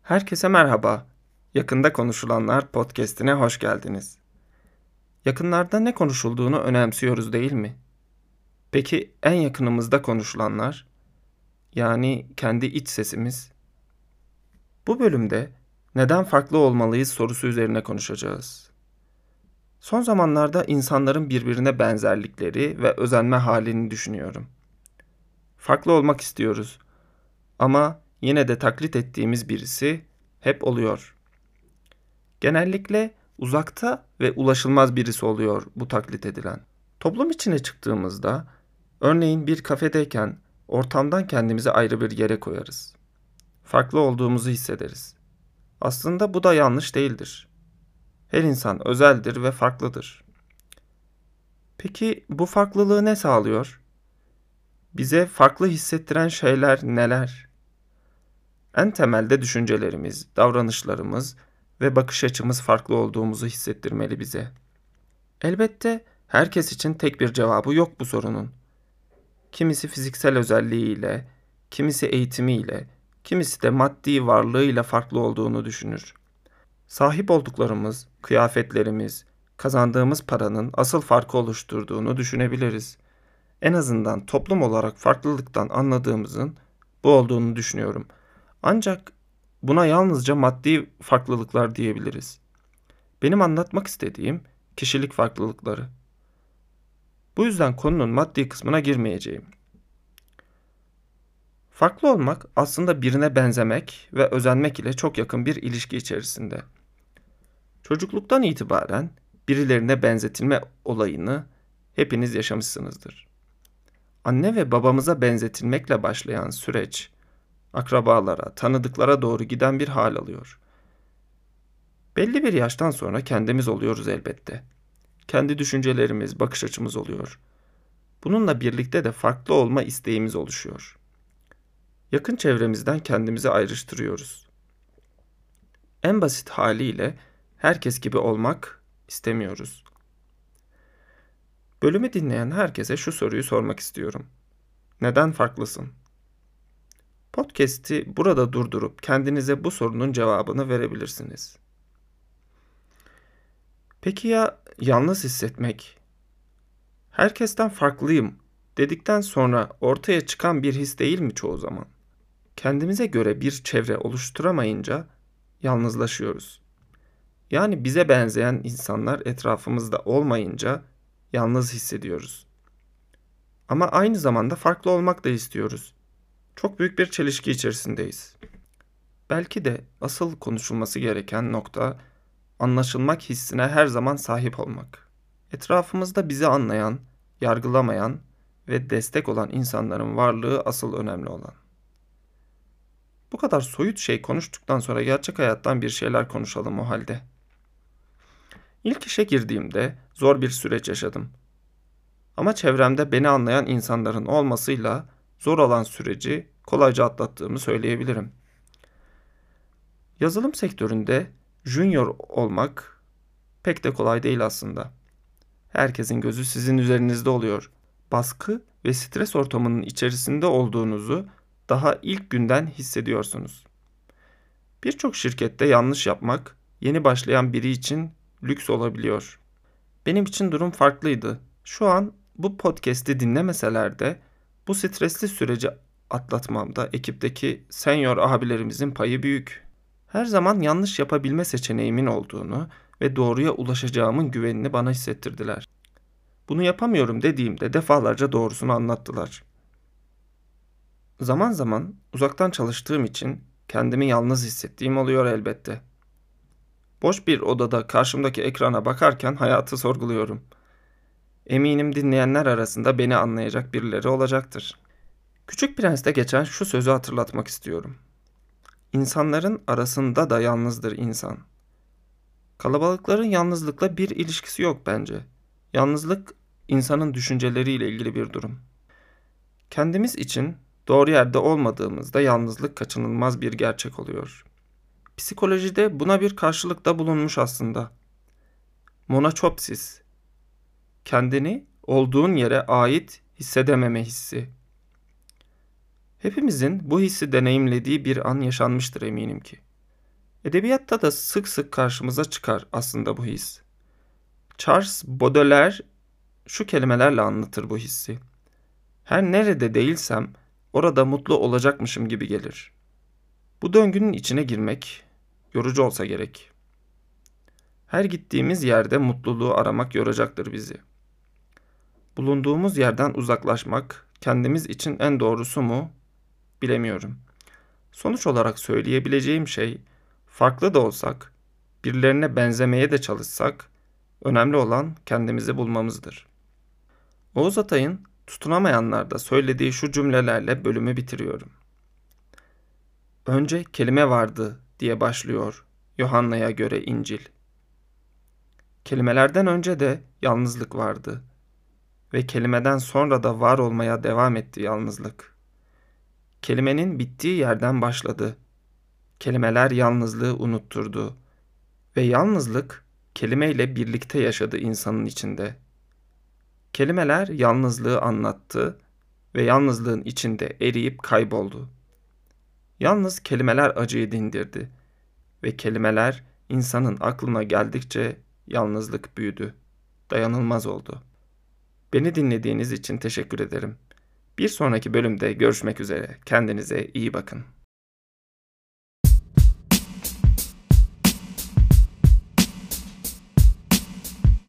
Herkese merhaba. Yakında Konuşulanlar podcast'ine hoş geldiniz. Yakınlarda ne konuşulduğunu önemsiyoruz değil mi? Peki en yakınımızda konuşulanlar, yani kendi iç sesimiz? Bu bölümde neden farklı olmalıyız sorusu üzerine konuşacağız. Son zamanlarda insanların birbirine benzerlikleri ve özenme halini düşünüyorum. Farklı olmak istiyoruz ama yine de taklit ettiğimiz birisi hep oluyor. Genellikle uzakta ve ulaşılmaz birisi oluyor bu taklit edilen. Toplum içine çıktığımızda, örneğin bir kafedeyken ortamdan kendimizi ayrı bir yere koyarız. Farklı olduğumuzu hissederiz. Aslında bu da yanlış değildir. Her insan özeldir ve farklıdır. Peki bu farklılığı ne sağlıyor? Bize farklı hissettiren şeyler neler? En temelde düşüncelerimiz, davranışlarımız ve bakış açımız farklı olduğumuzu hissettirmeli bize. Elbette herkes için tek bir cevabı yok bu sorunun. Kimisi fiziksel özelliğiyle, kimisi eğitimiyle, kimisi de maddi varlığıyla farklı olduğunu düşünür. Sahip olduklarımız, kıyafetlerimiz, kazandığımız paranın asıl farkı oluşturduğunu düşünebiliriz. En azından toplum olarak farklılıktan anladığımızın bu olduğunu düşünüyorum. Ancak buna yalnızca maddi farklılıklar diyebiliriz. Benim anlatmak istediğim kişilik farklılıkları. Bu yüzden konunun maddi kısmına girmeyeceğim. Farklı olmak aslında birine benzemek ve özenmek ile çok yakın bir ilişki içerisinde. Çocukluktan itibaren birilerine benzetilme olayını hepiniz yaşamışsınızdır. Anne ve babamıza benzetilmekle başlayan süreç, akrabalara, tanıdıklara doğru giden bir hal alıyor. Belli bir yaştan sonra kendimiz oluyoruz elbette. Kendi düşüncelerimiz, bakış açımız oluyor. Bununla birlikte de farklı olma isteğimiz oluşuyor. Yakın çevremizden kendimizi ayrıştırıyoruz. En basit haliyle herkes gibi olmak istemiyoruz. Bölümü dinleyen herkese şu soruyu sormak istiyorum. Neden farklısın? Podcast'i burada durdurup kendinize bu sorunun cevabını verebilirsiniz. Peki ya yalnız hissetmek? Herkesten farklıyım dedikten sonra ortaya çıkan bir his değil mi çoğu zaman? Kendimize göre bir çevre oluşturamayınca yalnızlaşıyoruz. Yani bize benzeyen insanlar etrafımızda olmayınca yalnız hissediyoruz. Ama aynı zamanda farklı olmak da istiyoruz. Çok büyük bir çelişki içerisindeyiz. Belki de asıl konuşulması gereken nokta anlaşılmak hissine her zaman sahip olmak. Etrafımızda bizi anlayan, yargılamayan ve destek olan insanların varlığı asıl önemli olan. Bu kadar soyut şey konuştuktan sonra gerçek hayattan bir şeyler konuşalım o halde. İlk işe girdiğimde zor bir süreç yaşadım. Ama çevremde beni anlayan insanların olmasıyla zor olan süreci kolayca atlattığımı söyleyebilirim. Yazılım sektöründe junior olmak pek de kolay değil aslında. Herkesin gözü sizin üzerinizde oluyor. Baskı ve stres ortamının içerisinde olduğunuzu daha ilk günden hissediyorsunuz. Birçok şirkette yanlış yapmak yeni başlayan biri için lüks olabiliyor. Benim için durum farklıydı. Şu an bu podcast'i dinlemeseler de bu stresli süreci atlatmamda ekipteki senior abilerimizin payı büyük. Her zaman yanlış yapabilme seçeneğimin olduğunu ve doğruya ulaşacağımın güvenini bana hissettirdiler. Bunu yapamıyorum dediğimde defalarca doğrusunu anlattılar. Zaman zaman uzaktan çalıştığım için kendimi yalnız hissettiğim oluyor elbette. Boş bir odada karşımdaki ekrana bakarken hayatı sorguluyorum. Eminim dinleyenler arasında beni anlayacak birileri olacaktır. Küçük Prens'te geçen şu sözü hatırlatmak istiyorum. İnsanların arasında da yalnızdır insan. Kalabalıkların yalnızlıkla bir ilişkisi yok bence. Yalnızlık insanın düşünceleriyle ilgili bir durum. Kendimiz için doğru yerde olmadığımızda yalnızlık kaçınılmaz bir gerçek oluyor. Psikolojide buna bir karşılık da bulunmuş aslında. Monoçopsis, kendini olduğun yere ait hissedememe hissi. Hepimizin bu hissi deneyimlediği bir an yaşanmıştır eminim ki. Edebiyatta da sık sık karşımıza çıkar aslında bu his. Charles Baudelaire şu kelimelerle anlatır bu hissi. Her nerede değilsem orada mutlu olacakmışım gibi gelir. Bu döngünün içine girmek yorucu olsa gerek. Her gittiğimiz yerde mutluluğu aramak yoracaktır bizi. Bulunduğumuz yerden uzaklaşmak kendimiz için en doğrusu mu? Bilemiyorum. Sonuç olarak söyleyebileceğim şey, farklı da olsak, birilerine benzemeye de çalışsak, önemli olan kendimizi bulmamızdır. Oğuz Atay'ın tutunamayanlarda söylediği şu cümlelerle bölümü bitiriyorum. Önce kelime vardı diye başlıyor Yuhanna'ya göre İncil. Kelimelerden önce de yalnızlık vardı ve kelimeden sonra da var olmaya devam etti yalnızlık. Kelimenin bittiği yerden başladı. Kelimeler yalnızlığı unutturdu ve yalnızlık kelimeyle birlikte yaşadı insanın içinde. Kelimeler yalnızlığı anlattı ve yalnızlığın içinde eriyip kayboldu. Yalnız kelimeler acıyı dindirdi ve kelimeler insanın aklına geldikçe yalnızlık büyüdü, dayanılmaz oldu. Beni dinlediğiniz için teşekkür ederim. Bir sonraki bölümde görüşmek üzere. Kendinize iyi bakın.